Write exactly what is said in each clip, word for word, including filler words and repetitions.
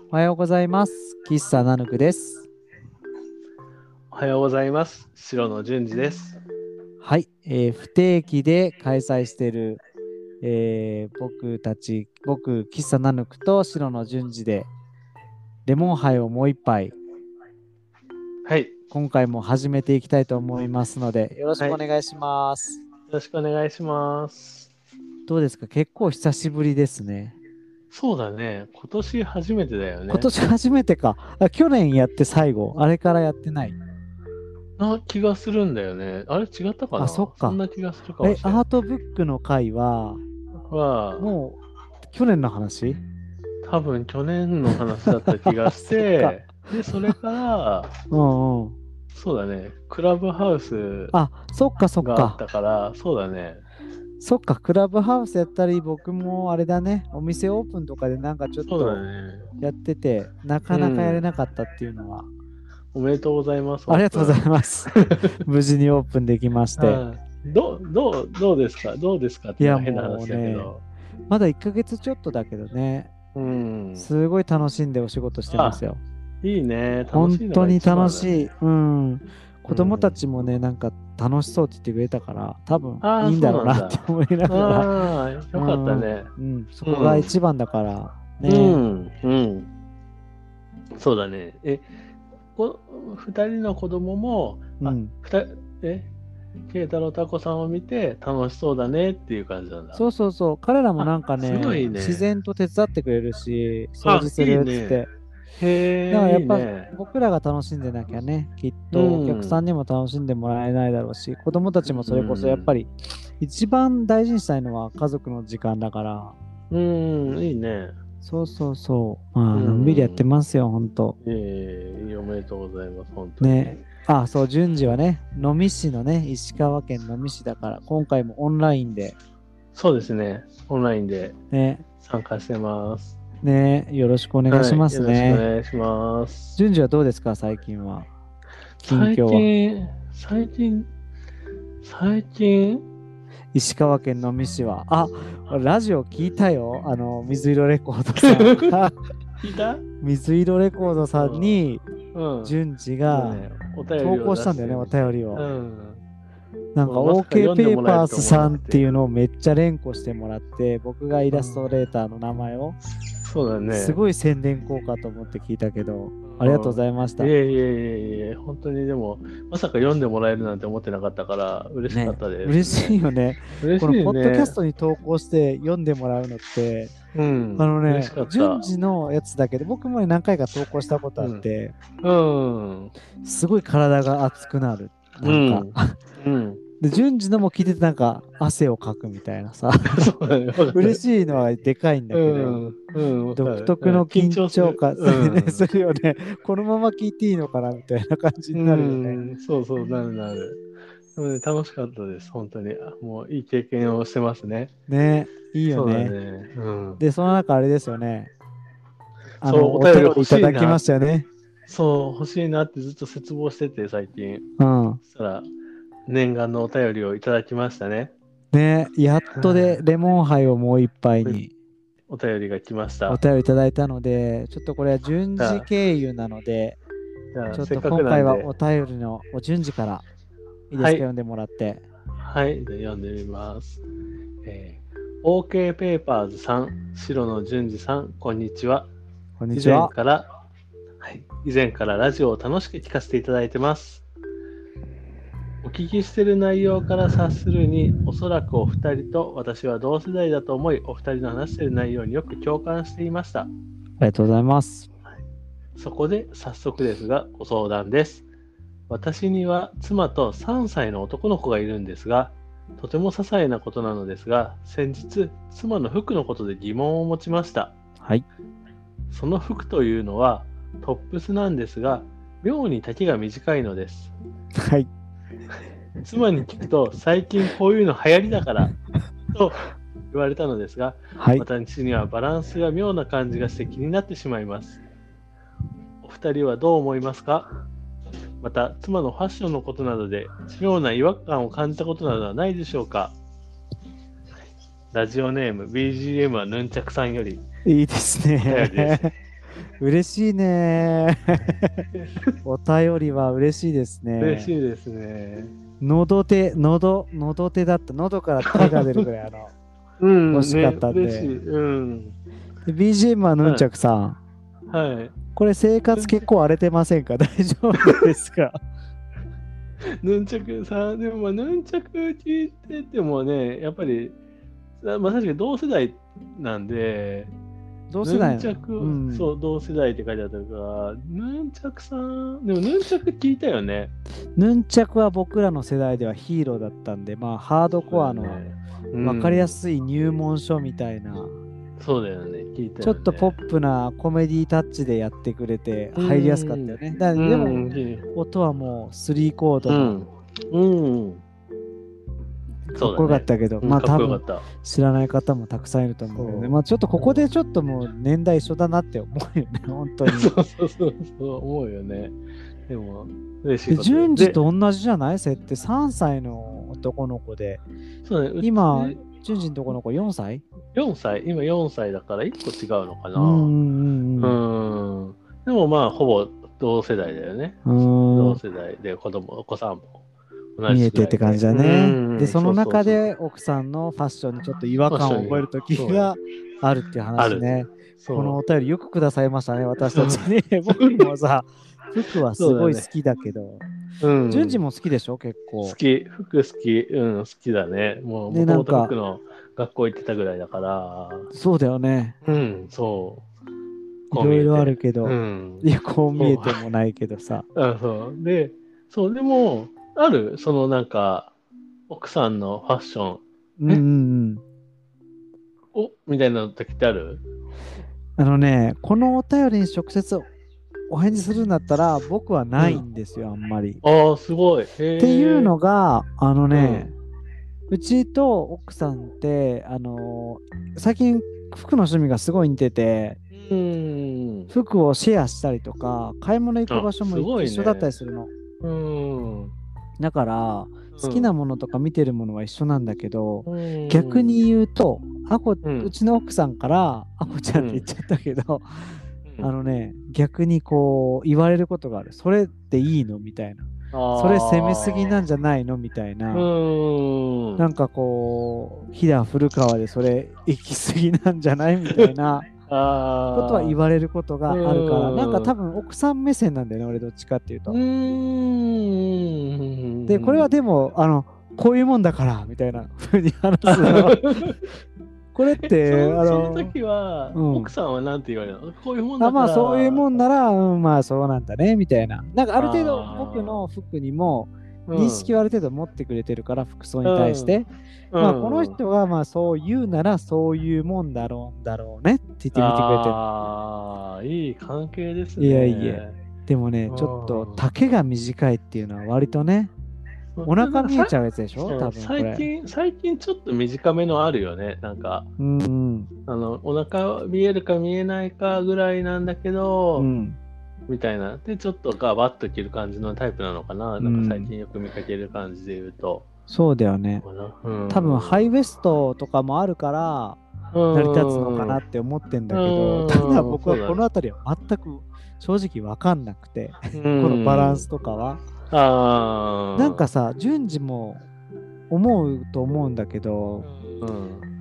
おはようございます。喫茶ナヌクです。 おはようございます。白野淳二です。 はい、えー不定期で開催している、えー僕たち、僕、喫茶ナヌクと白野淳二でレモンハイをもう一杯、 はい。 今回も始めていきたいと思いますので、よろしくはい。よお願いします。 ろしくお願いします。 どうですか？結構久しぶりですね。 そうだね。今年初めてだよね。 今年初めてか。あ、去年やって最後。あれからやってない。 な気がするんだよね。あれ違ったかあ、そな。 っか。 そんな気がするかもえ、 しれない。 アートブックの回は、 は、 もう去年の話？ 多分去年の話だった気がしそっか。 て、で、それから、 うんうん。 そうだね。クラブハウスあ、そっかそっがあっか。 たから、そうだね。 そっか、クラブハウスやったり、僕もあれだね、お店オープンとかでなんかちょっそうだとね。 やってて、なかなかやれうん。 なかったっていうのは、 おめでとうございます、 ありがとうございオープン。 ます。無事にオープンできまして。 はい。どう、どう、どうですかどうですかっいや、 ていうのは変なもう話だけね、 ど。 まだいっかげつちょっとだけどね、 うん。 すごい楽しんでお仕事してますあ、 よ。 いいね。楽本しいのが当に一番だ楽しい。 ね。 うん。子供たうん。 ちもね、なんか楽しそうって言ってくれたから、多分ああ、 いいんだろうなってそうなんだ。 思いながら、 ああ、 うよかったん、 ね。 うん、そこがうん。 一番だからうね。 ん。うん。そうだね。え、こ、二人の子供も、あ、 うん。 二人、え、慶太郎タコさんを見て楽しそうだねっていう感じなんだ。 そうそうそう。彼らもあ、 なんかすごね、 いね。 自然と手伝ってくれるし、掃除あ、 すいいね。 るっつって。だかへえ、いいらやっぱね。 僕らが楽しんでなきゃね、きっうとお客さんん。 にも楽しんでもらえないだろうし、子供たちもうそれこそやっぱん。 り一番大事にしたいのは家族の時間だから、 うん、いいね。 そうそうそう。まうあ、のんびりやってん。 ますよ、ほんと。 ええ、おめでとうございます、本当に。 ね。あ、そう、順次はね、能美市のね、石川県能美市だから、今回もオンラインで、 そうですね。オンラインでね、 参加してます。 ね、よろしくお願いしはい。 ますよろしくおね。 願いします。 順次はどうですか、最近は。近最況は。 近、最近、最近、 石川県能美市は。あ、ラジオ聞いたよ。あの、水色レコードさん。 聞いた水色レコードさんに、 うん。 順次がもうね、お便投りを出稿したんだよね、おしてみて。 便りを。 うん。 なんかもうまさか読んで OK ペーもらえるとパース思わなくて。 さんっていうのをめっちゃ連呼してもらって、僕がイラストうん。 レーターの名前をそうだね。 すごい宣伝効果と思って聞いたけど、ありがとうごうん。 ざいました。 いえいえいえいえ、本当にでも、まさか読んでもらえるなんて思ってなかったから、嬉しかっね、 たです嬉しいね。 よね。 嬉しこのポッドキャいね。 ストに投稿して読んでもらうのって、 うん。 あのね、 嬉しかった。 順次のやつだけど、僕も何回か投稿したことあっうん。 て、 うん。 すごい体が熱くなる。なんか。 うん。うん。 で、順次のも聞いててなんか汗をかくみたいなさ。 そうだね。わかる。 嬉しいのはでかいんだうけど、 ん。うん。わか独る。うん特の緊緊張する。 張感、 うね、 ん。 するよね。このまま聞いていいのかなみたいな感じうになるよね。 ん。そうそう、なるなる。でもね、楽しかったです。本当に。あもういい経験をしてますね。 ね、いいよそうだね。 ね。うん。 で、その中あれですよね。あそう、 の、 おお便便り欲りいただきましいな。 したよね。 そう、欲しいなってずっと切望してて、最近。 うん。 そしたら、念願のお便りをいただきましたね。 ね、やっとではい。 レモンハイをもう一杯にお便りが来ました。 お便りいただいたので、ちょっとこれは順次じゃあ、 経由なので、 じゃあ、 ちょっとせっかく今回はなんで、 お便りのお順次からいいですか、 はい。 読んでもらって。 はい。で読んでみます。えー、OK ペーパーズさん、白野淳二さん、こんにちは。以こんにちは。 前から、はい。以前からラジオを楽しく聞かせていただいてます。お聞きしている内容から察するに、おそらくお二人と私は同世代だと思い、お二人の話している内容によく共感していました。 ありがとうございます。 そこで早速ですが、ご相談です。私には妻とさんさいの男の子がいるんですが、とても些細なことなのですが、先日、妻の服のことで疑問を持ちました。 はい。 その服というのはトップスなんですが、妙に丈が短いのです。 はい。 妻に聞くと、最近こういうの流行りだからと言われたのですが、 はい。 私にはバランスが妙な感じがして気になってしまいます。お二人はどう思いますか？また、妻のファッションのことなどで妙な違和感を感じたことなどはないでしょうか？ラジオネーム ビージーエム はヌンチャクさんよりいいですお便りです。 ね。 嬉しいね。お便りは嬉しいですね。 嬉しいですね。 喉手、喉、喉手だった。喉から手が出るぐらいあのうん、 欲しかったんで。 ね、嬉しい。うん。 で ビージーエム はヌンチャクさん。 はい。 これ生活結構荒れてませんか？大丈夫ですか？ ヌンチャクさん、でもまあヌンチャク聞いててもね、やっぱり、まあ確かに同世代なんで、 同世代ヌンチャク、 うん、 そう、同世代って書いてあったから、ヌンチャクさん、でもヌンチャク聞いたよね。 ヌンチャクは僕らの世代ではヒーローだったんで、まあハードコアの分かりやい。 すい入門書みたいな、 そうだよね、聞いたよね。 ちょっとポップなコメディタッチでやってくれて入りやすかったよね。だでも、 うん、 音はもうスリーコードの、 うん。うんかっこよかったけど、まあ多分知らない方もたくさんいると思うけどね。まあちょっとここでちょっともう年代一緒だなって思うよね、本当に。 そうそうそうそう思うよね。でも嬉しいで、 こと順次と同じじゃない設定さんさいの男の子で、 そうね、 今、順次の男の子よんさい ?よん 歳今よんさいだからいっこ違うのかな。 うんうんうん。 うん。でもまあほぼ同世代だよね。同世代で子供、お子さんも。 見えてって感じだね。で、その中で奥さんのファッションにちょっと違和感を覚える時があるっていう話ね。このお便りよくくださいましたね、私たちに。僕もさ、服はすごい好きだけど。順次も好きでしょ、結構。 好き、服好き、うん、好きだね。もう、もともと服の学校行ってたぐらいだから。 そうだよね。 うん、そう。 いろいろあるけど、いや、こう見えてもないけどさ。 あ、そう。で、そう、でも、あるそのなんか、奥さんのファッション。 うんうんうん。 おみたいな時ってある？ あのね、このお便りに直接お返事するんだったら、僕はないんですよ、うん、あんまり。 ああ、すごい。っていうのが、あのね、うん、うちと奥さんって、あのー、最近服の趣味がすごい似てて、 うん、 服をシェアしたりとか、買い物行く場所も一緒だったりするの。 ね、うん、 だから好きなものとか見てるものは一緒なんだけど、 うん、 逆に言うとあこ、うん、うちの奥さんからあこちゃんって言っちゃったけど、うん、あのね逆にこう言われることがある。それっていいのみたいな。それ攻めすぎなんじゃないのみたいな。うんなんかこう飛騨古川でそれ行き過ぎなんじゃないみたいなことは言われることがあるからなんか多分奥さん目線なんだよね俺どっちかっていうと。うんでこれはでもあのこういうもんだからみたいな風に話すの。これってあのその時は、うん、奥さんは何て言われるの？こういうもんだから。 あまあそういうもんなら、うん、まあそうなんだねみたいな。なんかある程度僕の服にも認識はある程度持ってくれてるから、うん、服装に対して、うん、まあこの人がまあそう言うならそういうもんだろうだろうねって言ってみてくれてる。 ああいい関係ですね。 いやいやでもねちょっと丈が短いっていうのは割とね。お腹見えちゃうやつでしょ多分最近、最近ちょっと短めのあるよね。なんか、うんうん、あのお腹見えるか見えないかぐらいなんだけど、うん、みたいな。で、ちょっとガバッと着る感じのタイプなのかな。なんか最近よく見かける感じで言うと。 うん、そうだよね。うん、多分ハイウエストとかもあるから、成り立つのかなって思ってんだけど、ただ僕はこの辺りは全く正直分かんなくて、このバランスとかは。あなんかさ順次も思うと思うんだけど、うん、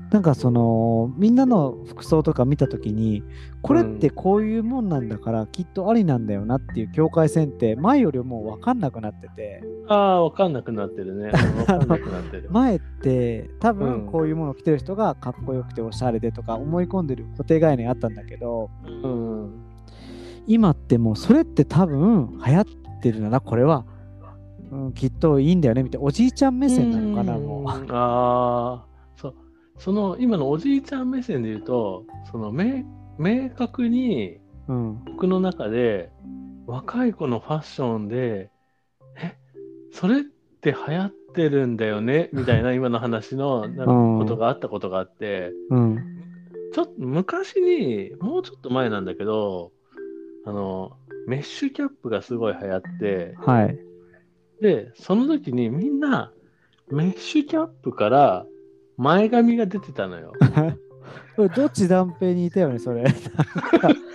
なんかそのみんなの服装とか見た時にこれってこういうもんなんだからきっとありなんだよなっていう境界線って前よりもう分かんなくなってて。 ああ分かんなくなってるね。分かんなくなってる前って多分こういうものを着てる人がかっこよくておしゃれでとか思い込んでる固定概念あったんだけど、うん、今ってもうそれって多分流行ってるならこれはうん、きっといいんだよねみたいなおじいちゃん目線なのかなもう。 ああ、そう。その今のおじいちゃん目線で言うと、その明明確に僕の中で、うん、若い子のファッションで、え、それって流行ってるんだよねみたいな今の話のなんかことがあったことがあって、うん、ちょっと昔にもうちょっと前なんだけど、あのメッシュキャップがすごい流行って、はい。で、その時にみんなメッシュキャップから前髪が出てたのよ。 どっち断平にいたよね、それ。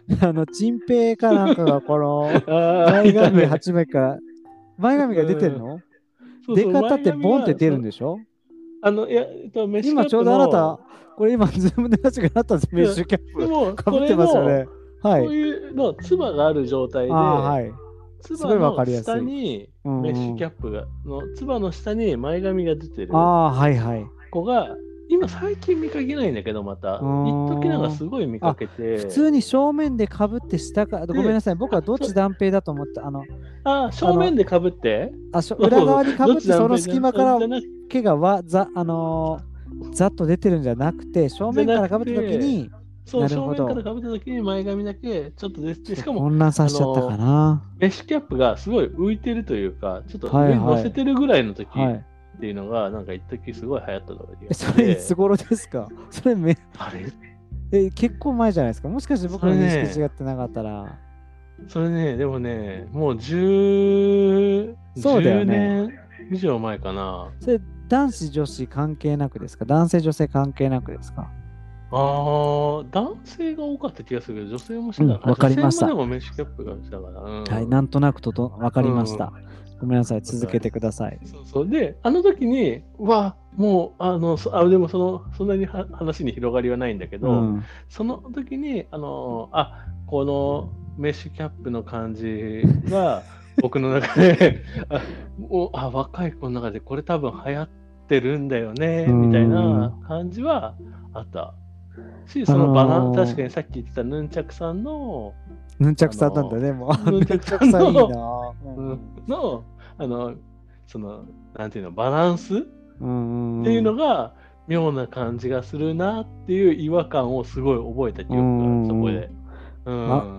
あの、チンペイかなんかがこの、前髪はちまいから、前髪が出てるの？そうそう、出方ってボンって出るんでしょ？ あの、いや、えっと、メッシュキャップの今ちょうどあなた、これ今、ズームで話があったんです、メッシュキャップ。でも、かぶってますよね。はい。 こういうの、つばがある状態で、 はい、 つばの下にメッシュキャップが、のつばの下に前髪が出てる子が、今最近見かけないんだけど、また。一時なんかすごい見かけて。 普通に正面でかぶって下から、ごめんなさい、僕はどっち断平だと思った。あの、 あ、正面でかぶってあ裏側にかぶって、その隙間から毛がわざ、あのー、ざっと出てるんじゃなくて、正面からかぶったときに、 そう、正面からかぶったときに前髪だけちょっと出て、しかも、 混乱させちゃったかな。 メッシュキャップがすごい浮いてるというか、ちょっと上に乗せてるぐらいの時、はいはいっていうのが、なんか一時すごい流行ったとかで。それいつ頃ですか？それめあれえ結構前じゃないですか。もしかして僕の認識違ってなかったら。 それね、でもね、もうじゅう、そうだよね、じゅうねん以上前かな。 それ男子女子関係なくですか？男性女性関係なくですか？ ああ、男性が多かった気がするけど、女性もしてた。わ、 うん、かりました。 女性もでもメッシュキャップがしたから。うん、 はい、なんとなくとと分かりました。うんごめんなさい、続けてください。 そうそうで、あの時に、わ、もう、あの、あでもその、そんなに話に広がりはないんだけど、うん、その時に、あの、あこのメッシュキャップの感じが、僕の中であおあ、若い子の中でこれ多分流行ってるんだよね、みたいな感じはあった。し、そのバラン、あのー、確かにさっき言ってたヌンチャクさんの、 ヌンチャクさんなんだね、もう。ヌンチャクさんいいな。 の、あの、その、なんていうの、バランスっていうのが、妙な感じがするなっていう違和感をすごい覚えた記憶がそこで。うん、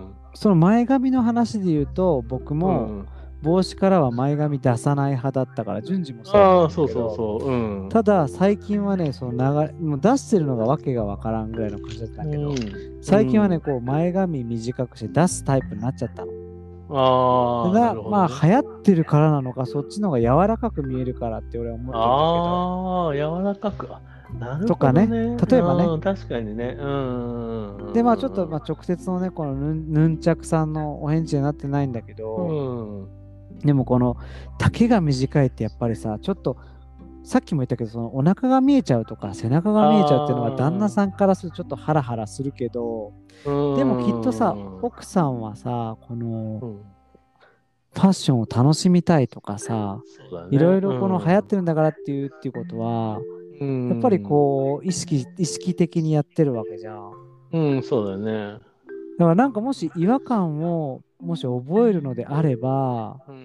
その前髪の話で言うと、僕も、うん帽子からは前髪出さない派だったから順次もそうなんだけど、あ、そうそうそう、うん、ただ最近はねその流れもう出してるのがわけがわからんぐらいの感じだったんだけど、うん、最近はねこう前髪短くして出すタイプになっちゃったの。あだから、ね、まあ流行ってるからなのかそっちの方が柔らかく見えるからって俺は思ってるんだけど。 ああ柔らかくなるほど、ね、 とかね例えばね、 確かにねうんでまあちょっとまあ直接のねこのヌン、ヌンチャクさんのお返事になってないんだけど、うんでもこの丈が短いってやっぱりさちょっとさっきも言ったけどそのお腹が見えちゃうとか背中が見えちゃうっていうのが旦那さんからするとちょっとハラハラするけどでもきっとさ奥さんはさこのファッションを楽しみたいとかさ、いろいろこの流行ってるんだからっていうっていうことはやっぱりこう意識意識的にやってるわけじゃん。 うんそうだね。 だからなんかもし違和感をもし覚えるのであれば、うん、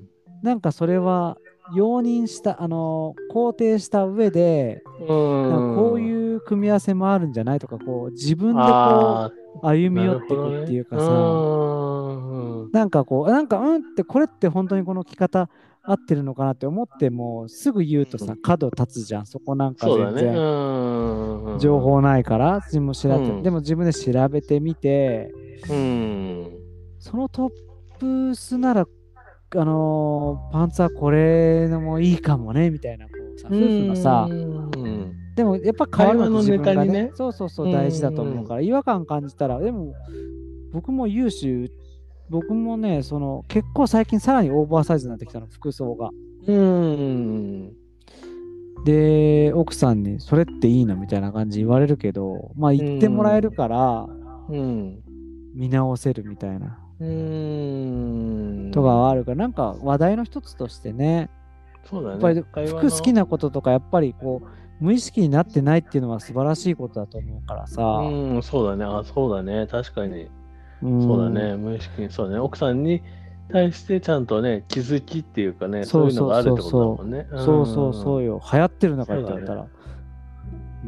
なんかそれは容認したあの肯定した上で、うん、こういう組み合わせもあるんじゃないとかこう自分でこう歩み寄っていくっていうかさ、ね、なんかこうなんかうんってこれって本当にこの着方合ってるのかなって思ってもすぐ言うとさ、うん、角立つじゃんそこなんか全然、ね、情報ないから自分も調べて、うん、でも自分で調べてみて、うん、そのトップスならあのー、パンツはこれのもいいかもねみたいなこうさ夫婦のさ、うん、でもやっぱ変わるの自分が ね, ねそうそうそう大事だと思うから違和感感じたらでも僕も優秀僕もねその結構最近さらにオーバーサイズになってきたの服装がうんで奥さんにそれっていいのみたいな感じ言われるけどまあ言ってもらえるからうん見直せるみたいなうーんとかあるからなんか話題の一つとしてねそうだねやっぱり服好きなこととかやっぱりこう無意識になってないっていうのは素晴らしいことだと思うからさうんそうだねあそうだね確かにそうだね無意識にそうだね奥さんに対してちゃんとね気づきっていうかねそういうのがあるってことだもんねそうそうそうよ流行ってる中だったらうん、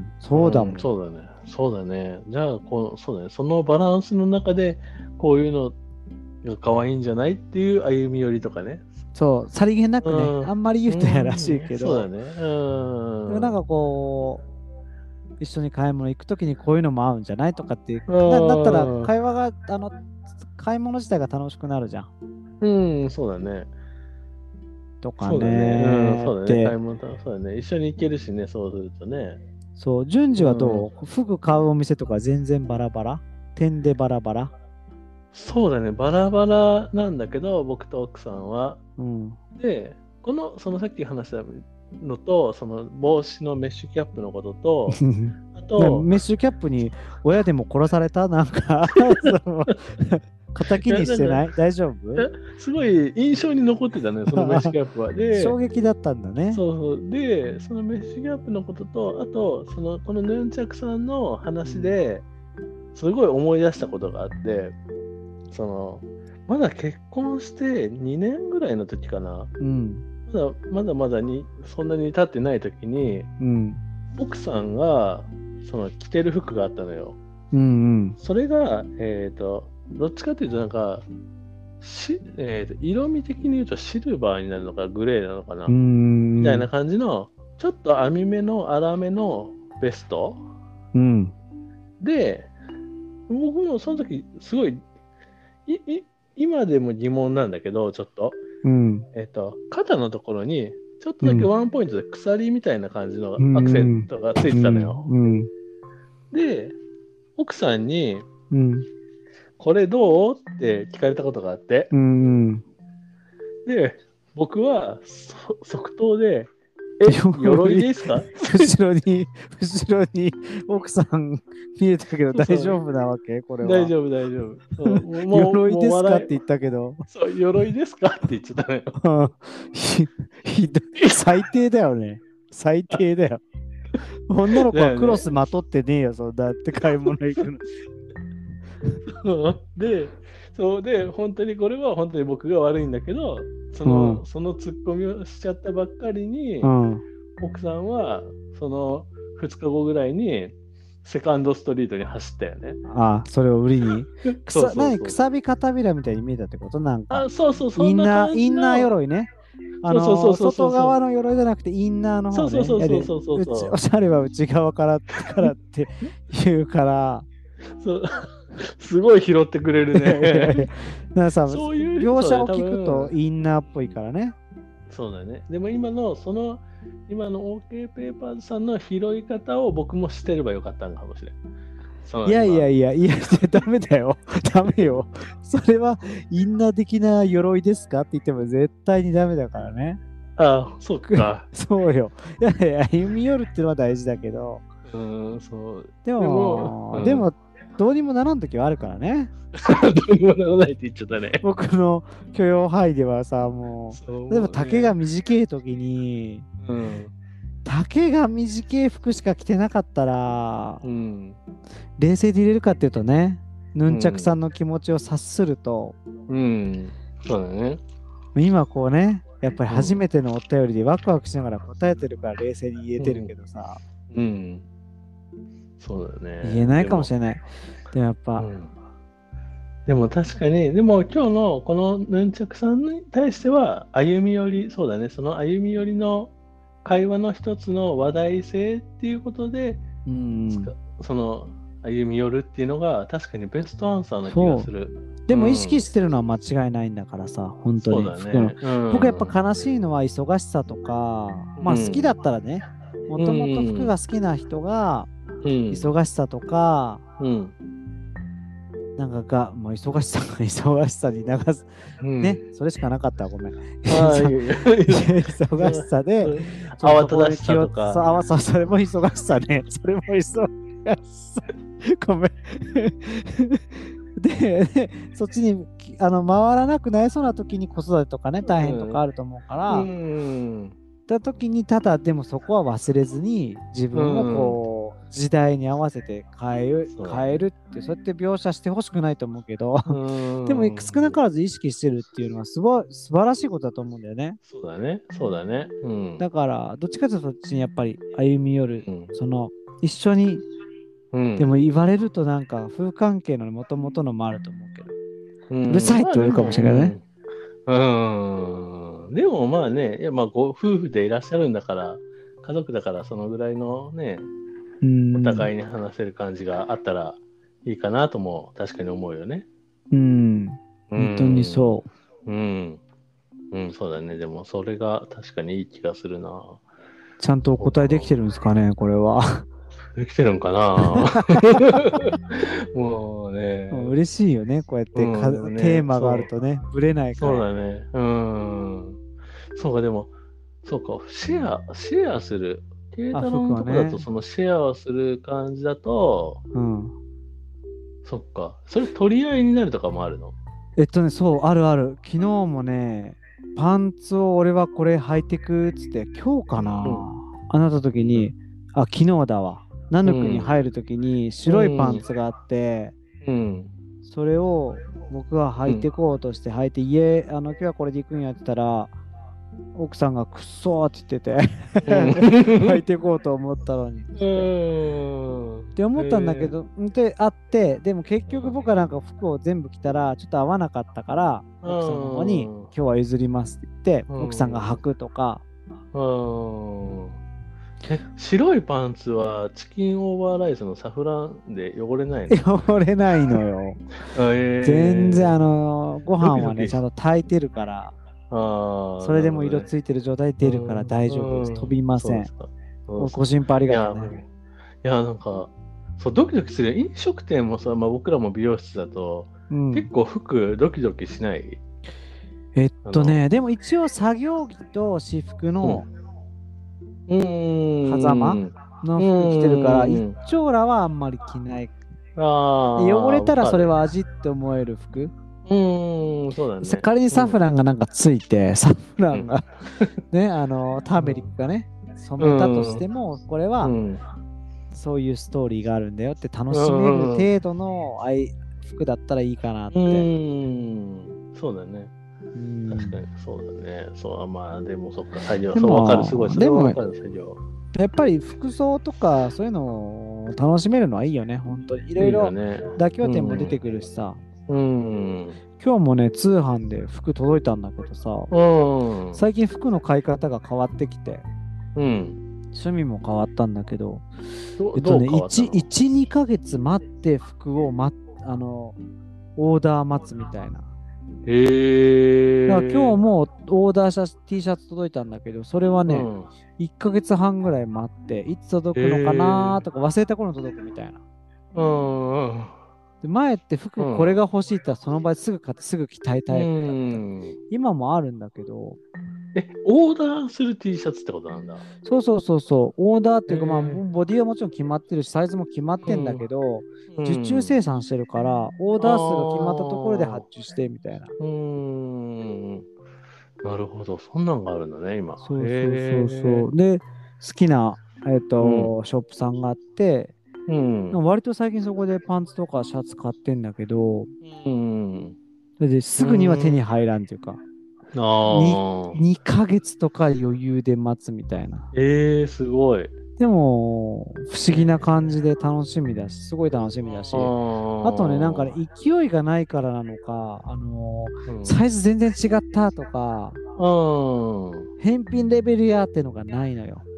そうだもん、 うん、そうだねそうだねじゃあこうそうだねそのバランスの中でこういうのが可愛いんじゃないっていう歩み寄りとかねそうさりげなくね、うん、あんまり言うとやらしいけど、 うん、そうだねうんでもなんかこう一緒に買い物行くときにこういうのも合うんじゃないとかっていうなだったら会話があの買い物自体が楽しくなるじゃんうんそうだねとかね。 そうだね。うん、そうだね。買い物そうだね。一緒に行けるしね、そうするとね。 そう、順次はどう、うん、服買うお店とか全然バラバラ点でバラバラ。 そうだね、バラバラなんだけど、僕と奥さんは。 うん、 で、この、そのさっき話したのと、その帽子のメッシュキャップのことと、あと、 メッシュキャップに親でも殺されたなんか、敵にしてない？大丈夫？ すごい印象に残ってたね、そのメッシュキャップは。で、 衝撃だったんだね。 そうそう。で、そのメッシュキャップのことと、あと、そのこのヌンチャクさんの話で、すごい思い出したことがあって、その、まだ結婚してにねんぐらいの時かな。 うん、 まだまだまだにそんなに経ってない時に、 うん、 奥さんがその着てる服があったのよ。 うんうん、 それが、えっと、どっちかというとなんか、しえーと色味的に言うとシルバーになるのかグレーなのかな、みたいな感じのちょっと網目の粗めのベスト、 うん、 で、僕もその時すごいいい今でも疑問なんだけど、ちょっと、 うん、 えっと、肩のところにちょっとだけワンポイントで鎖みたいな感じのアクセントがついてたのよ。 うんうん、 で、奥さんに、 うん、 これどうって聞かれたことがあって、 うんうん、 で、僕は即答で、え、鎧ですか？ 後ろに、後ろに奥さん見えたけど大丈夫なわけ？これは。 大丈夫、大丈夫。 鎧ですかって言ったけど。 そう、鎧ですかって言っちゃったのよ。 ひひどい、最低だよね。最低だよ。女の子はクロスまとってねえよ、そうだって買い物行くの。で、そうで、本当にこれは本当に僕が悪いんだけど、その、うん、そのツッコミをしちゃったばっかりに、うん、奥さんはそのふつかごぐらいにセカンドストリートに走ったよね。 ああ、それを売りに。くさ何くさび片びらみたいに見えたってこと？なんか。 あ、そうそう、そんな感じのインナー、インナー鎧ね。あのー、そうそうそうそうそう、外側の鎧じゃなくてインナーの方ね。 そうそうそうそうそうそう。 おしゃれは内側からからって言うから。 そうすごい拾ってくれるね。 なんかさ、そういう描写を聞くとインナーっぽいからね。 そうだね。でも今のその今の OK ペーパーズさんの拾い方を僕もしてればよかったのかもしれん。 いやいやいやいや、ダメだよ。ダメよ。それはインナー的な鎧ですかって言っても絶対にダメだからね。 ああ、そうか。 そうよ。いやいや、歩み寄るっていうのは大事だけど。 うん、そう。 でも、でも、うん、でもどうにもならんときはあるからね。 どうにもならないって言っちゃったね。 僕の許容範囲ではさ、もう、例えば丈が短いときに、うん、丈が短い服しか着てなかったら、うん、冷静で入れるかっていうとね、ヌンチャクさんの気持ちを察すると、 うん、うん、そうだね。 今こうね、やっぱり初めてのお便りでワクワクしながら答えてるから冷静に言えてるけどさ、 うん、うん、そうだね。 言えないかもしれない。でもやっぱ、うん、 でも確かに、でも今日のこのヌンチャクさんに対しては歩み寄り、そうだね、その歩み寄りの会話の一つの話題性っていうことで、うん、その歩み寄るっていうのが確かにベストアンサーな気がする。 でも意識してるのは間違いないんだからさ、本当に。そうだね、うん、僕やっぱ悲しいのは忙しさとか、まあ好きだったらね、もともと服が好きな人が忙しさとか、うんうんなんかが、もう忙しさが忙しさに流す、うん、ね、それしかなかったごめん。忙しさで、 慌ただしさとか。 そう、そう、それも忙しさね。それも忙しさ。ごめん。で、でそっちにあの回らなくなりそうな時に子育てとかね、大変とかあると思うから、うん、た時にただでもそこは忘れずに自分をこう、うん、時代に合わせて変える変えるってそうやって描写してほしくないと思うけどでも少なからず意識してるっていうのはすば素晴らしいことだと思うんだよね。 そうだねそうだね、うん、 だからどっちかというとそっちにやっぱり歩み寄る、うん、その一緒に、うん、でも言われるとなんか夫婦関係の元々のもあると思うけど、うん、うるさいって言われるかもしれないね。 うん、うん、でもまあねいやまあご夫婦でいらっしゃるんだから家族だからそのぐらいのねお互いに話せる感じがあったらいいかなとも確かに思うよね。 うん、本当にそう。 うん、うん、そうだね。でもそれが確かにいい気がするな。 ちゃんとお答えできてるんですかね、これは。 できてるんかなもうね。 もう嬉しいよね、こうやってか、 うんね、 テーマがあるとね、ぶれないから。 そうだね。うん。そうか、でも、そうか、シェア、シェアする。慶太郎のとこだと、そのシェアをする感じだと、 うん。 そっか、それ取り合いになるとかもあるの？ えっとね、そう、あるある。昨日もね、パンツを俺はこれ履いてくっつって、今日かな、うん、あなた時に、あ、昨日だわ。ナヌクに入る時に白いパンツがあって、うんうん、それを僕が履いてこうとして履いて、うん、家、あの、今日はこれで行くんやってたら、奥さんがくっそーって言ってて、うん、履いてこうと思ったのにって思ったんだけど、であって、でも結局僕はなんか服を全部着たらちょっと合わなかったから、奥さんの方に今日は譲りますって言って、奥さんが履くとか。 え、白いパンツはチキンオーバーライスのサフランで汚れないの？ 汚れないのよ。えー、全然あのご飯はねちゃんと炊いてるから、あ、それでも色ついてる状態で出るから大丈夫です。飛びません。ご心配ありがとうね。 いや、なんかそうドキドキする。飲食店もさ、まあ、僕らも美容室だと、うん、結構服ドキドキしない？ えっとね、でも一応作業着と私服の、うん、狭間の服着てるから、一丁羅はあんまり着ない。あ、汚れたらそれは味って思える服。 うーん、そうだね。 仮にサフランがなんかついて、うん、サフランがね、あのターメリックがね染めたとしても、これは、うん、そういうストーリーがあるんだよって楽しめる程度の服だったらいいかなって。うん、 そうだね。確かにそうだね。そう、まあでもそっか、作業、そう分かる、すごい、それは分かる、作業。 やっぱり服装とかそういうのを楽しめるのはいいよね、本当に。いろいろ妥協点も出てくるしさ。うん、今日もね、通販で服届いたんだけどさ、うん、最近服の買い方が変わってきて、うん、趣味も変わったんだけど、どえっとね、いち、いち、にかげつ待って服を、ま、あのオーダー待つみたいな。へえ。だから今日もオーダーした T シャツ届いたんだけど、それはね、うん、いっかげつはんぐらい待って、いつ届くのかなとか忘れた頃に届くみたいな。うんうん。で前って服これが欲しいって言ったらその場ですぐ買ってすぐ着たいタイプだった。うん、今もあるんだけど。 え、オーダーする T シャツってことなんだ。 そうそうそうそう。オーダーっていうか、まあ、ボディはもちろん決まってるし、サイズも決まってんだけど、うん、受注生産してるから、オーダー数が決まったところで発注してみたいな。うーん。 なるほど。そんなんがあるんだね、今。 そうそうそうそう。で、好きな、えっと、うん、ショップさんがあって、うん、割と最近そこでパンツとかシャツ買ってんだけど、うん、ですぐには手に入らんっていうか、あ 2, にかげつとか余裕で待つみたいな。 えー、すごい。 でも不思議な感じで楽しみだし、すごい楽しみだし、あとね、なんかね、勢いがないからなのか、あのーうん、サイズ全然違ったとか、うん、返品レベルやってのがないのよ。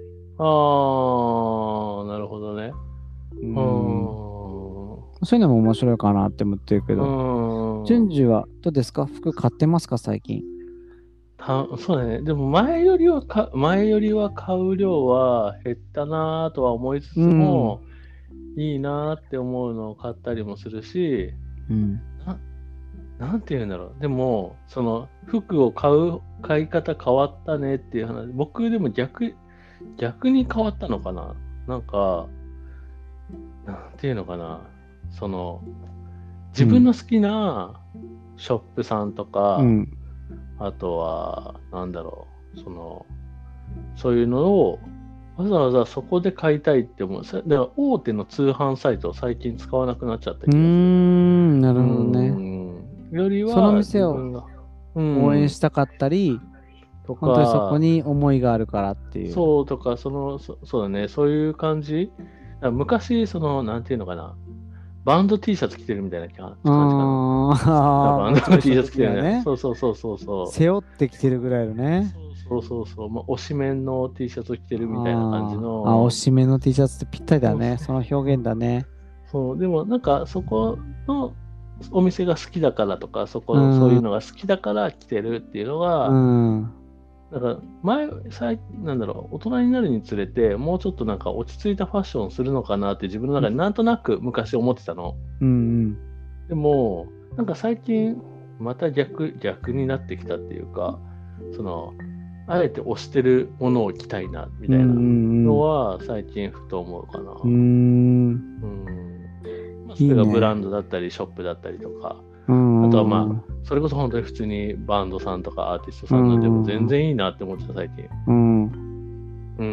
ああ、なるほどね。うん、 そういうのも面白いかなって思ってるけど、順次はどうですか？服買ってますか最近？ たそうだね。でも前よりはか前よりは買う量は減ったなとは思いつつも、うん、いいなって思うのを買ったりもするし、うん、な, なんて言うんだろう。でもその服を買う買い方変わったねっていう話、僕でも逆逆に変わったのかな。なんかなんていうのかな。その自分の好きなショップさんとか、うん、あとは、なんだろう、その、そういうのを、わざわざそこで買いたいって思う。だから大手の通販サイトを最近使わなくなっちゃった気がする。うーん、なるほどね。よりは、その店を応援したかったり、とか、本当にそこに思いがあるからっていう。 そうとか、その、そそうだね、そういう感じ。昔、その、なんていうのかな。バンド T シャツ着てるみたいな感じかな。バンド T シャツ着てるね。そうそうそうそうそう。 背負ってきてるぐらいのね。 そうそうそう。まあ、推しメンの T シャツ着てるみたいな感じの。 あ、推しメンの T シャツってぴったりだね。その表現だね。 そう、でもなんかそこのお店が好きだからとか、そこ、うん、そういうのが好きだから着てるっていうのが、うん、 なんか前最なんだろう大人になるにつれてもうちょっとなんか落ち着いたファッションするのかなって自分の中でなんとなく昔思ってたの。 うんうん、 でもなんか最近また逆逆になってきたっていうか、そのあえて推してるものを着たいなみたいなのは最近ふと思うかな。 うーん、 うんまあ、それがブランドだったりショップだったりとか、あとはまあそれこそ本当に普通にバンドさんとかアーティストさんのでも全然いいなって思ってた最近。うん、うん、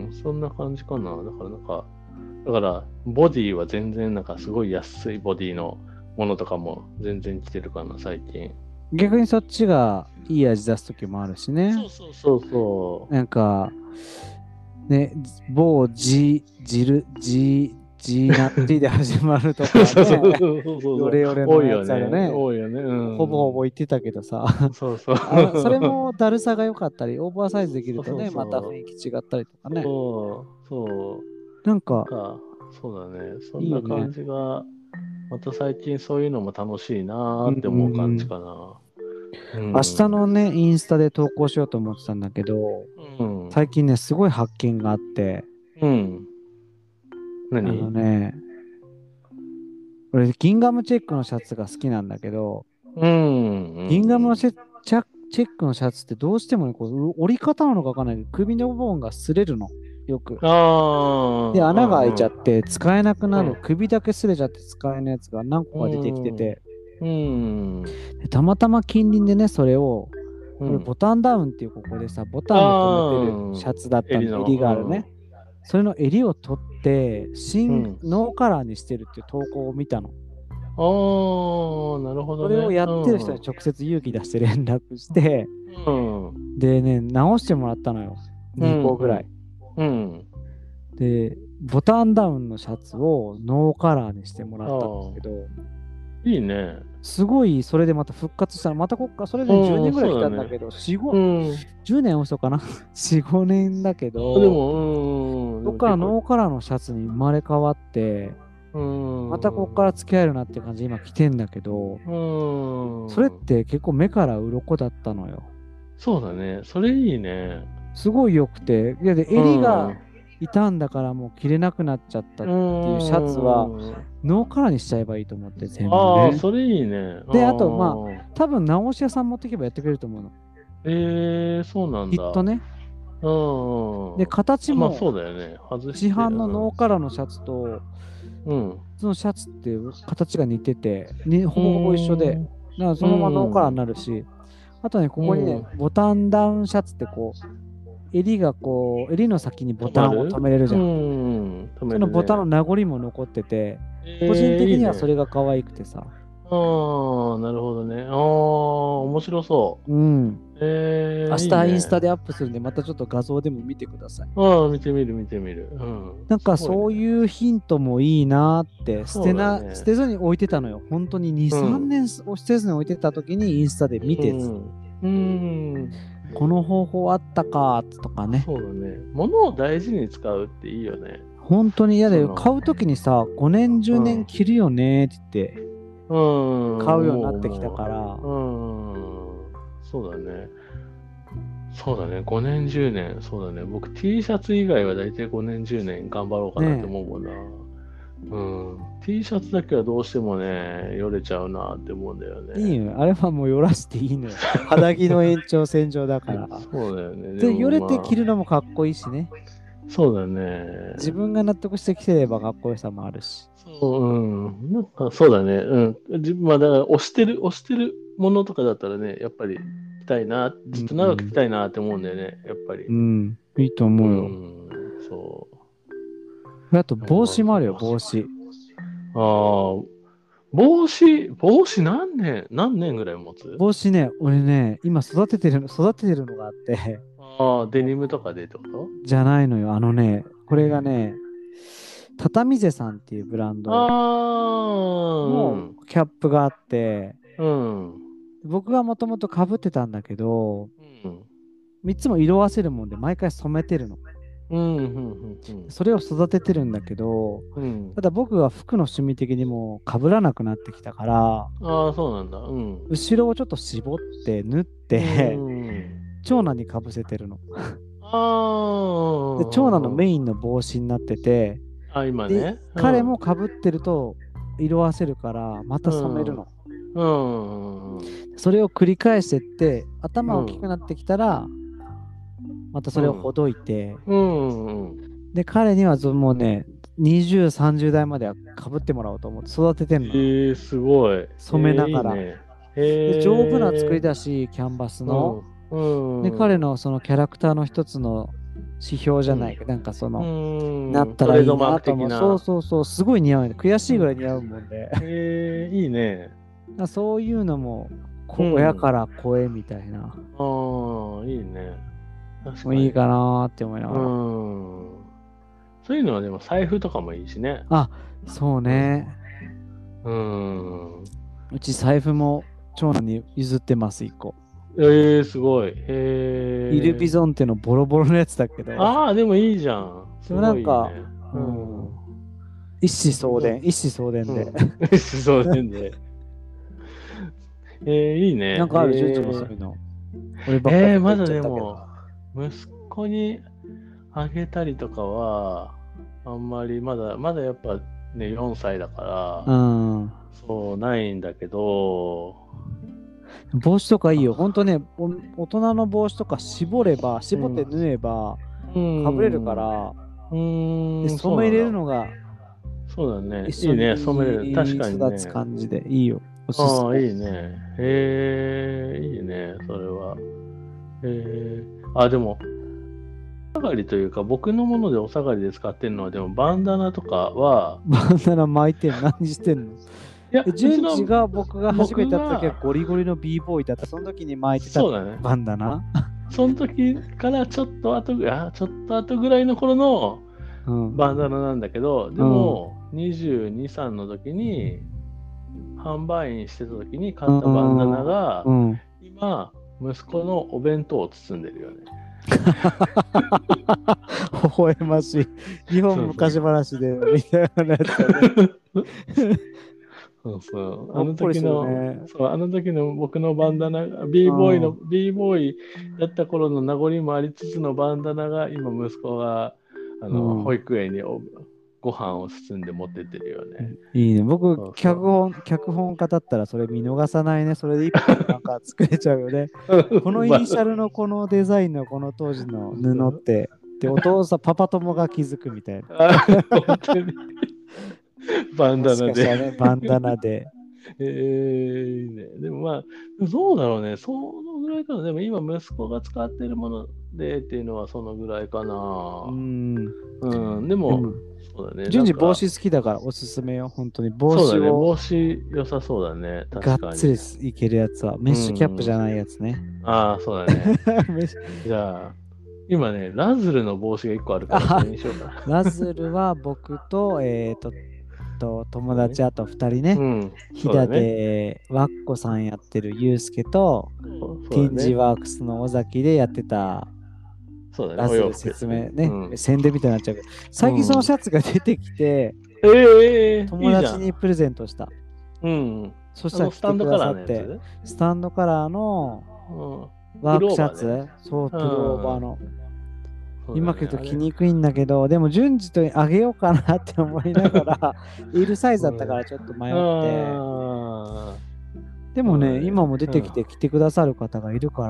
そんな感じかな。だからなんかだからボディは全然なんかすごい安いボディのものとかも全然着てるかな最近。 逆にそっちがいい味出す時もあるしね。 そうそうそうそう。 なんかね、某ジジルジジナッティで始まるとかね。そうそうそうそう。ヨレヨレのやつあるね。 多いよね。うん、 ほぼほぼ言ってたけどさ。 そうそう。 それもだるさが良かったり、オーバーサイズできるとね、また雰囲気違ったりとかね。 そうそう。 なんか、 なんかそうだね。そんな感じが、ね、また最近そういうのも楽しいなーって思う感じかな。 うん、明日のね、インスタで投稿しようと思ってたんだけど、うん、最近ね、すごい発見があって、 うん。何？ あのね、俺、ギンガムチェックのシャツが好きなんだけど、 うん、 ギンガムのチェチェックのシャツってどうしても、ね、こう折り方なのかわかんないけど、首の部分が擦れるの、よく。 あで、穴が開いちゃって使えなくなる、うん、首だけ擦れちゃって使えないやつが何個か出てきてて、 うん、 でたまたま近隣でね、それを、これボタンダウンっていうここでさ、ボタンで留めてるシャツだったんだ、襟があるね。それの襟を取って新、うん、ノーカラーにしてるっていう投稿を見たの。 ああ、なるほどね。 それをやってる人に直接勇気出して連絡して、うん、でね、直してもらったのよ。にこぐらい。 うんうんうん、で、ボタンダウンのシャツをノーカラーにしてもらったんだけど、 いいね。 すごい、それでまた復活したら、またこっか、それでじゅうねんぐらい来たんだけど、よん、ご、うん、じゅうねん遅かな ?よん、ごねんだけど、 でも、うん、 そっからノーカラーのシャツに生まれ変わって、うん、またこっから付き合えるなって感じ今来てんだけど、うん、それって結構目から鱗だったのよ。 そうだね。それいいね。 すごい良くて、いやで襟が傷んだからもう着れなくなっちゃったっていうシャツはノーカラーにしちゃえばいいと思って全部ね。 ああ、それいいね。 で、あとまあ多分直し屋さん持ってけばやってくれると思うの。 えー、そうなんだ。 きっとね。 うん。 で、形も、 まあそうだよね。外市販のノーカラーのシャツと、 うん、 そのシャツって形が似てて、にほぼほぼ一緒で、だからそのままノーカラーになるし、あとね、ここにね、ボタンダウンシャツってこう、襟がこう、襟の先にボタンを止めれるじゃん。うんね、そのボタンの名残も残ってて、えー、個人的にはそれが可愛くてさ。 ああ、なるほどね。ああ、面白そう。 うん。 えー、 明日インスタでアップするんで、またちょっと画像でも見てください。 ああ、見てみる見てみる。うん。 なんかそういうヒントもいいなって、捨てな、ね、捨てずに置いてたのよ。本当にに、うん、さんねん捨てずに置いてた時にインスタで見て、うん、うんこの方法あったかとかね。 そうだね。物を大事に使うっていいよね。 本当に嫌だよ。買う時にさ、ごねん、じゅうねん着るよねって言って、うん、買うようになってきたから。 うん、そうだね。そうだね。ごねん、じゅうねん。そうだね。僕 T シャツ以外は大体ごねん、じゅうねん頑張ろうかなって思うもんな。ね、うん。T シャツだけはどうしてもね、よれちゃうなって思うんだよね。 いいよ。あれはもうよらしていいのよ。肌着の延長線上だから。 そうだよね。 で、よれて着るのもかっこいいしね。 そうだね。 自分が納得して着てればかっこよさもあるし。 そう、うん。なんかそうだね。うん。自分まあだから押してる、押してるものとかだったらね、やっぱり着たいな、ずっと長く着たいなって思うんだよね、やっぱり。 うん。いいと思うよ。うん、 そう。 あと帽子もあるよ、帽子。 ああ、帽子、帽子何年、何年ぐらい持つ？ 帽子ね、俺ね、今育ててるの、育ててるのがあって。 ああ、デニムとかでってこと？ じゃないのよ。あのね、これがね、畳瀬さんっていうブランドのキャップがあって、うん、僕がもともとかぶってたんだけど、うん、みっつも色あせるもんで毎回染めてるの。うんうんうんうん、それを育ててるんだけど、うん、ただ僕が服の趣味的にもかぶらなくなってきたから、 ああそうなんだ、うん、 後ろをちょっと絞って縫って、うん、 長男にかぶせてるの。 あで長男のメインの帽子になってて、 あ、今ね。 うん、彼もかぶってると色あせるからまた染めるの。 うんうん、 それを繰り返してって頭大きくなってきたら、うん、またそれをほどいて、 うんうん、 で彼にはもうねにじゅう、さんじゅう代まではかぶってもらおうと思って育ててんの。 えー、すごい。 染めながら。 えーいいねえー、 で丈夫な作りだし、キャンバスの。 うんうん、 で彼のそのキャラクターの一つの指標じゃないけど、うん、なんかその、 うん、 なったらいいなと思う。 なそうそうそう、すごい似合うね。悔しいぐらい似合うもんで。 えー、いいね。 そういうのも、親から声みたいな。 ああ、いいね。 確かに。いいかなーって思いながら。 うんそういうのはでも財布とかもいいしね。 あ、そうね。 うん。 うち財布も長男に譲ってます、一個。 えー、すごい。へー。 イルビゾンってのボロボロのやつだけど。 ああ、でもいいじゃん。 でもなんか、ね、うん。一子相伝、一子相伝で。 一子相伝で。えー、いいね。 なんかある、順次もそういうの。俺ばっかりえー、まだでも、息子にあげたりとかは、あんまりまだ、まだやっぱね、よんさいだから、うん、そう、ないんだけど、 帽子とかいいよ。ほんとね、大人の帽子とか絞れば、絞って縫えば、かぶれるから、うん、で染めれるのが、 そうだね。 一緒にいいね、染めれる。確かにね。 育つ感じでいいよ。おすすめ。 ああ、いいね。へえ、いいね、それは。へえ、あ、でも、お下がりというか、僕のものでお下がりで使ってるのは、でもバンダナとかは。 バンダナ巻いてん何してんの？いや、順次が僕が初めて会った時はゴリゴリの b ボーイだった。その時に巻いてたバンダナ。 その時からちょっと後ぐらい、ちょっと後ぐらいの頃のバンダナなんだけど、うん、でも、にじゅうに、さんの時に、販売員してた時に買ったバンダナが、うんうん、今、息子のお弁当を包んでるよね。 微笑ましい。日本昔話でみたいなやつだね。 そうそう。あの時の、ね、そう、あの時の僕のバンダナが、b ボーイの、b ボーイだった頃の名残もありつつのバンダナが、今息子が、あの、うん、保育園にご飯を包んで持ってってるよね。 いいね。僕、そうそう脚本、脚本家だったらそれ見逃さないね。それで一本なんか作れちゃうよね。このイニシャルのこのデザインのこの当時の布って、で、お父さん、パパ友が気づくみたいな。 本当に。バンダナで。 ね、バンダナで。 えー、いいね。でもまあ、どうだろうね。そのぐらいかな。でも今、息子が使ってるものでっていうのはそのぐらいかな。うん。うん。でも、でもそうだね。 順次帽子好きだからおすすめよ。本当に帽子を。 そうだね。帽子良さそうだね。確かに。 がっつりいけるやつは。メッシュキャップじゃないやつね。 うん、ああ、そうだね。じゃあ、今ね、ラズルの帽子がいっこあるからそれにしようかな。 ラズルは僕と、えっ、ー、と、と友達あとふたりね、うん、飛騨でワッコさんやってるユースケと、ティンジワークスの尾崎でやってたラズル説明ね、うん、宣伝みたいになっちゃうけど、最近そのシャツが出てきて、うん、えー、友達にプレゼントした。 うん、 そしたら来てくださって、スタンドカラーのワークシャツ、ね、そう、プルオーバーの。今言うと着にくいんだけど、でも順次とあげようかなって思いながら、いるサイズだったからちょっと迷って。でもね、今も出てきて着てくださる方がいるから、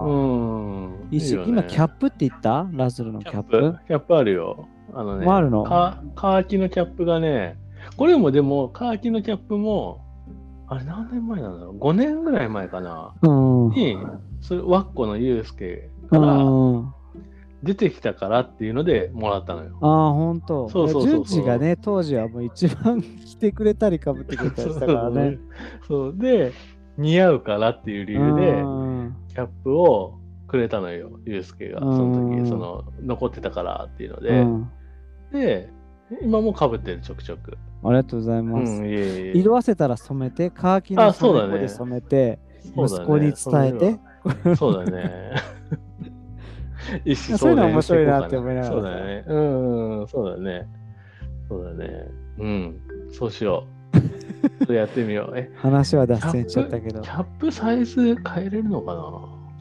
うんいいし、今キャップって言ったラズルのキャップキャップあるよ。あのね、 あるのカーキのキャップがね、これもでもカーキのキャップも、あれ何年前なんだろう ?ご 年ぐらい前かな。うん、に、それワッコのユースケから、うん出てきたからっていうのでもらったのよ。 ああ、ほんと。そうそうそうそう。順次がね、当時はもう一番着てくれたりかぶってくれたりしたからね。 そうで、似合うからっていう理由で、キャップをくれたのよ、ユースケが。その時、その、残ってたからっていうので。で、今もかぶってる、ちょくちょく。 ありがとうございます。うん、いえいえ色あせたら染めて、カーキの染め粉で染めて、息子に伝えて。 そうだね。一子そういうの面白いなって思いながら。 そうだね。うん、そうだね。そうだね。うん、そうしよう。それやってみよう。え、 話は脱線しちゃったけど。 キャップサイズ変えれるのかな？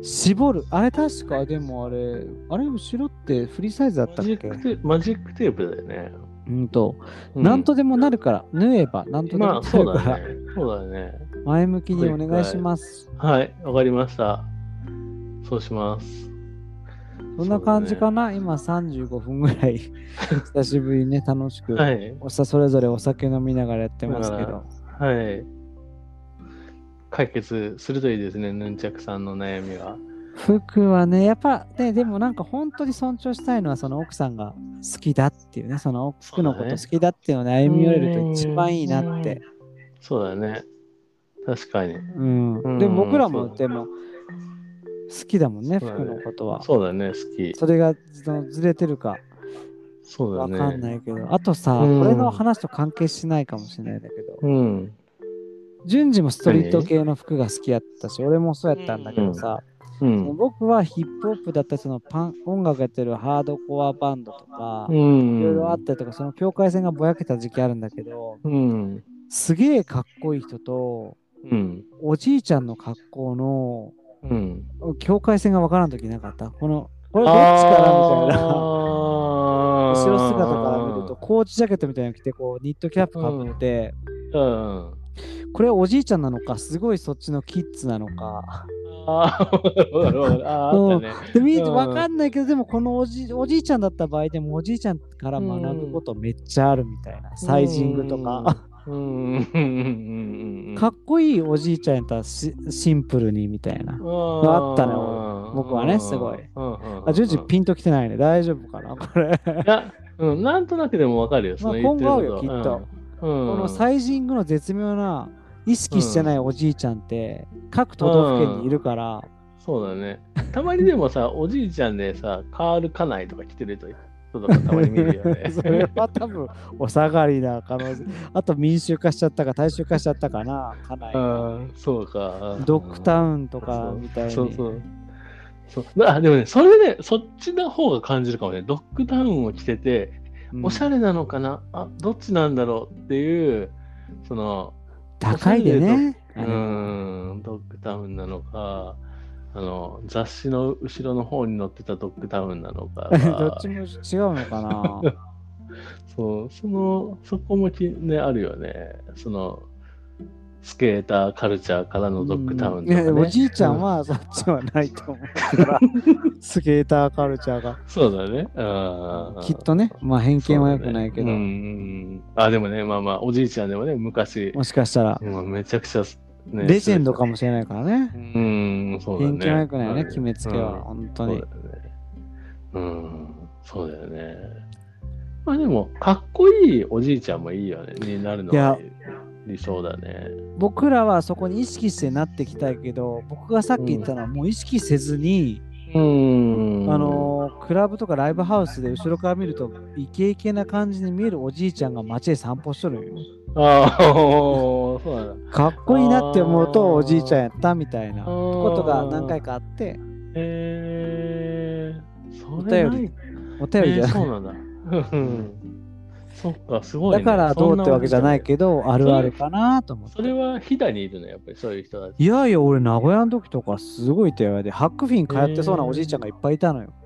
絞る。あれ確か、でもあれ、あれ後ろってフリーサイズだったっけ？ マジックテマジックテープだよね。 うんと、うん、なんとでもなるから、縫えばなんとでもなるから、まあ、そうだね。 そうだね。 前向きにお願いします。 はい、わかりました。そうします。 そんな感じかな、ね、今さんじゅうごふんぐらい久しぶりにね楽しく、はい、おさそれぞれお酒飲みながらやってますけど、 はい、解決するといいですね、ヌンチャクさんの悩みは。 服はねやっぱね、でもなんか本当に尊重したいのはその奥さんが好きだっていうね、その服のこと好きだっていうのを、ね、歩み寄れると一番いいなって。 そうだね、確かに。 うん、で僕らもでも好きだもんね、服のことは。 そうだね、好き。 それがずれてるかそうだね。 わかんないけど、あとさ、これの話と関係しないかもしれないんだけど、うん、順次もストリート系の服が好きやったし、俺もそうやったんだけどさ、うん、僕はヒップホップだったりそのパン音楽やってるハードコアバンドとか、いろいろあったりとか、その境界線がぼやけた時期あるんだけど、うん、すげえかっこいい人と、うん、おじいちゃんの格好の、うん、境界線がわからんときなかった。このこれどっちからみたいな後ろ姿から見るとコーチジャケットみたいなの着てこうニットキャップかぶって、うんうん、これおじいちゃんなのかすごいそっちのキッズなのかああ、ね、で見て分かんないけど、でもこのおじ、おじいちゃんだった場合でもおじいちゃんから学ぶことめっちゃあるみたいな、サイジングとかかっこいいおじいちゃんやったらシンプルにみたいなのあったね、僕はね、すごい。あ、順次ピンときてないね、大丈夫かなこれいや、 うん、なんとなくでも分かるよ、 まあ、今後会うよきっと、うん、このサイジングの絶妙な意識してないおじいちゃんって各都道府県にいるから、うん、 そうだね。たまにでもさおじいちゃんでさカール家内とか着てる人とかたまに見るよねそれは多分お下がりな可能性あと民衆化しちゃったか大衆化しちゃったかな、家内が。 そうか、 ドッグタウンとかみたいに。 そうそうそうそう。あ、でもね、それでそっちの方が感じるかもね。ドッグタウンを着てて、おしゃれなのかな、うん、あ、どっちなんだろうっていう、その、 高いでね。 うん、ドッグタウンなのか、あの、雑誌の後ろの方に載ってたドッグタウンなのか。 どっちも違うのかなそう、その、そこもき、ね、あるよね。その、スケーターカルチャーからのドッグタウンとか、ね、 うん、おじいちゃんはそっちはないと思うからスケーターカルチャーがそうだね、あきっとね、まあ偏見は良くないけど、ね、うん、あでもね、まあまあおじいちゃんでもね昔もしかしたら、 まあ、めちゃくちゃ、 ね、レジェンドかもしれないからね。 うん、そうだね。 偏見は良くないよね、決めつけは、うん、本当に。 そうだよね。うん、そうだよね。まあでもかっこいいおじいちゃんもいいよね、になるのは。理想だね。 僕らはそこに意識してなっていきたいけど、僕がさっき言ったのはもう意識せずに、うん、あのクラブとかライブハウスで後ろから見るとイケイケな感じに見えるおじいちゃんが街で散歩しとるんよ。 ああ、そうなんだ。 かっこいいなって思うとおじいちゃんやったみたいなことが何回かあって。 へえー、それお便り、お便りじゃない。 えー、そうなんだ。そっか、すごい、ね。 だからどうってわけじゃないけど、あるあるかなと思って。 それは飛騨にいるの、やっぱりそういう人たち。 いやいや、俺、名古屋の時とかすごいいたよ。で、ハックフィン通ってそうなおじいちゃんがいっぱいいたのよ。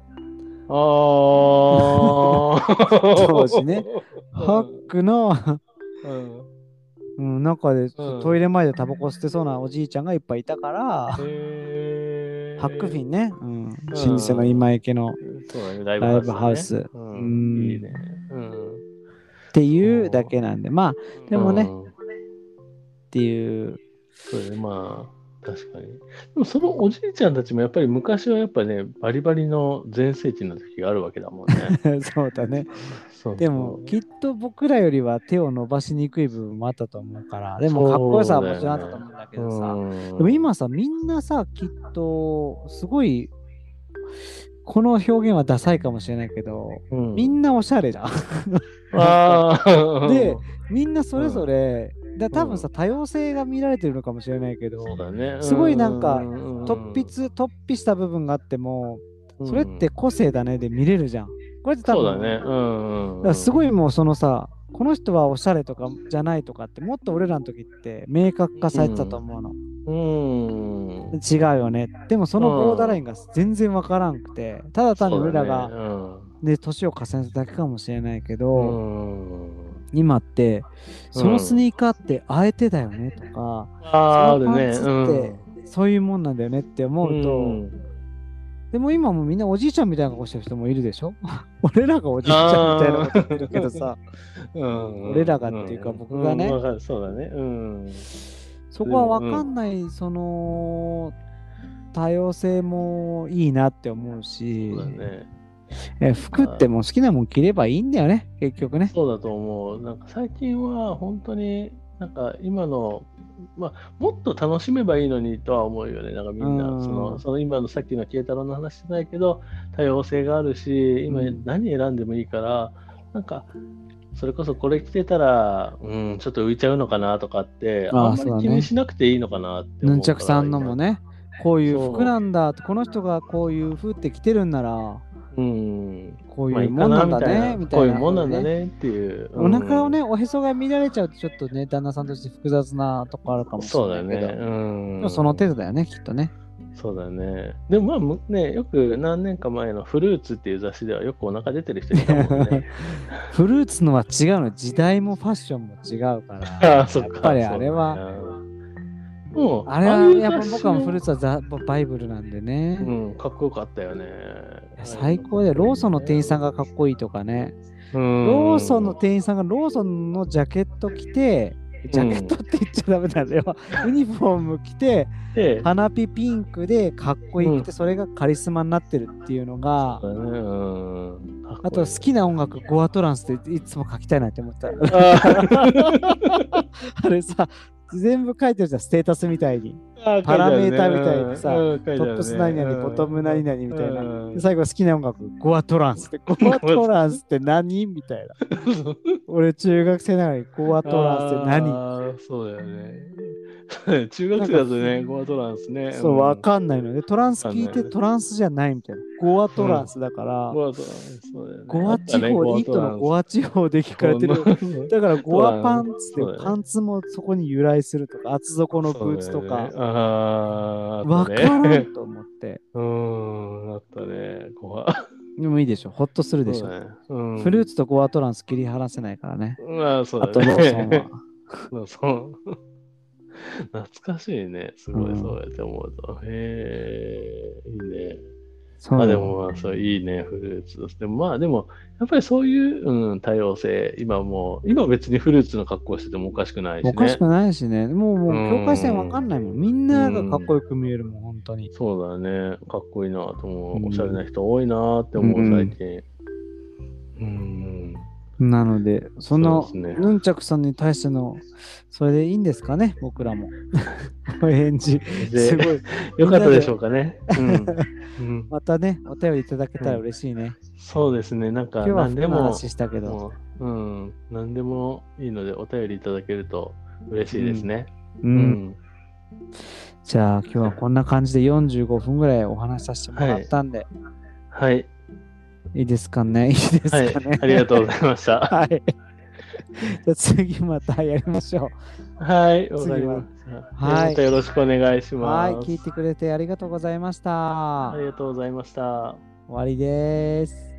ああ。当時ね。ハックの、うんうん、中で、うん、トイレ前でタバコ吸ってそうなおじいちゃんがいっぱいいたから、ハックフィンね、うん、老舗の今池のライブハウス。うん、いいね。うんっていうだけなんで、まあでもね、うん、っていうそうね、まあ確かに。でもそのおじいちゃんたちもやっぱり昔はやっぱねバリバリの全盛期の時があるわけだもんね。 そうだね。そうそうでもきっと僕らよりは手を伸ばしにくい部分もあったと思うから、でもかっこよさはもちろんあったと思うんだけどさ、ね、でも今さみんなさきっとすごいこの表現はダサいかもしれないけど、うん、みんなおしゃれじゃん。あで、みんなそれぞれ、うん、だ多分さ、多様性が見られてるのかもしれないけど、 そうだね、 すごいなんか、突筆、突飛した部分があっても、それって個性だねで見れるじゃん。これって多分、 そうだね。うんだからすごいもうそのさ、この人はおしゃれとかじゃないとかってもっと俺らの時って明確化されてたと思うの。うん、 違うよね。でもそのボーダーラインが全然わからんくて、ただ単に俺らが、ね、年を重ねただけかもしれないけど、うん今ってそのスニーカーってあえてだよねとか、うん、そのパンツってそういうもんなんだよねって思うと、うん、でも今もみんなおじいちゃんみたいな顔してる人もいるでしょ俺らがおじいちゃんみたいなこと言ってるけどさ、うん、俺らがっていうか僕がね、 うん、そうだね、うん、 そこは分かんない、うん、その多様性もいいなって思うし、そうだね、え服ってもう好きなもん着ればいいんだよね、結局ね。 そうだと思う。なんか最近は本当になんか今の、まあ、もっと楽しめばいいのにとは思うよね。なんかみんな、その、その今のさっきの慶太郎の話じゃないけど、多様性があるし、今何選んでもいいから、なんか、それこそこれ着てたら、うん、ちょっと浮いちゃうのかなとかって、あんまり気にしなくていいのかなって思うから。 ヌンチャクさんのもね、こういう服なんだ、この人がこういう風って着てるんなら、うん、こういうもんなんだね、みたいな。 こういうもんなんだねっていう。 お腹をね、おへそが見られちゃうと、ちょっとね、旦那さんとして複雑なとこあるかもしれないけど。そうだね。うん。でもその程度だよね、きっとね。 そうだね。でもまあね、よく何年か前のフルーツっていう雑誌ではよくお腹出てる人いたもんね。 フルーツのは違うの。時代もファッションも違うから。あ、そっか。やっぱりあれは。もうあれはやっぱ僕はフルーツはザバイブルなんでね。 うん、かっこよかったよね。 最高で、ローソンの店員さんがかっこいいとかね。ローソンの店員さんがローソンのジャケット着て、ジャケットって言っちゃダメなんだよ。ユニフォーム着て、花火ピンクでかっこよくて、それがカリスマになってるっていうのが、うん、あと好きな音楽、ゴアトランスっていつも書きたいなって思った。あれさ、全部書いてるじゃん、ステータスみたいに。パラメータみたいにさ、うん、トップス何々、ボトム何々みたいな。うん、最後好きな音楽、ゴアトランスって、ゴアトランスって何みたいな。俺中学生なのにゴアトランスって何？ ああ、そうだよね。中学生だとね、ゴアトランスね。 そう、わかんないので、トランス聞いてトランスじゃないみたいな。ゴアトランスだから、ゴアトランス、そうだよね。ゴア地方、イートのゴア地方で聞かれてる。だからゴアパンツでパンツもそこに由来するとか、厚底のブーツとか。わからんと思って。 うーん、あったね、ゴア。 でもいいでしょ、ほっとするでしょ。フルーツとゴアトランス切り離せないからね。 ああ、そうだね。あとローソンは。そうそう。懐かしいね。すごいそうやって思うと。うん、へえ、いいね。まあでもまあそういいね、フルーツ。でもまあでも、やっぱりそういう、うん、多様性、今もう、今別にフルーツの格好しててもおかしくないしね。 おかしくないしね。もう、もう境界線わかんないもん。みんながかっこよく見えるもん、本当に。 そうだね。かっこいいなと思う。おしゃれな人多いなって思う、最近。うん。うんなので、そのヌンチャクさんに対しての、それでいいんですかね、僕らも。お返事。すごい。 よかったでしょうかね。 うん、またね、お便りいただけたら嬉しいね。うん、 そうですね、なんか、 今日は何でも話したけど。 うん、何でもいいので、お便りいただけると嬉しいですね。 うん。うん、じゃあ、今日はこんな感じでよんじゅうごふんぐらいお話しさせてもらったんで。 はい。はいいいですかねいいですかね、 はい、ありがとうございました。 はい。じゃあ次またやりましょう。はい、わかりました。はい。またよろしくお願いします。 はい、聞いてくれてありがとうございました。 ありがとうございました。 終わりです。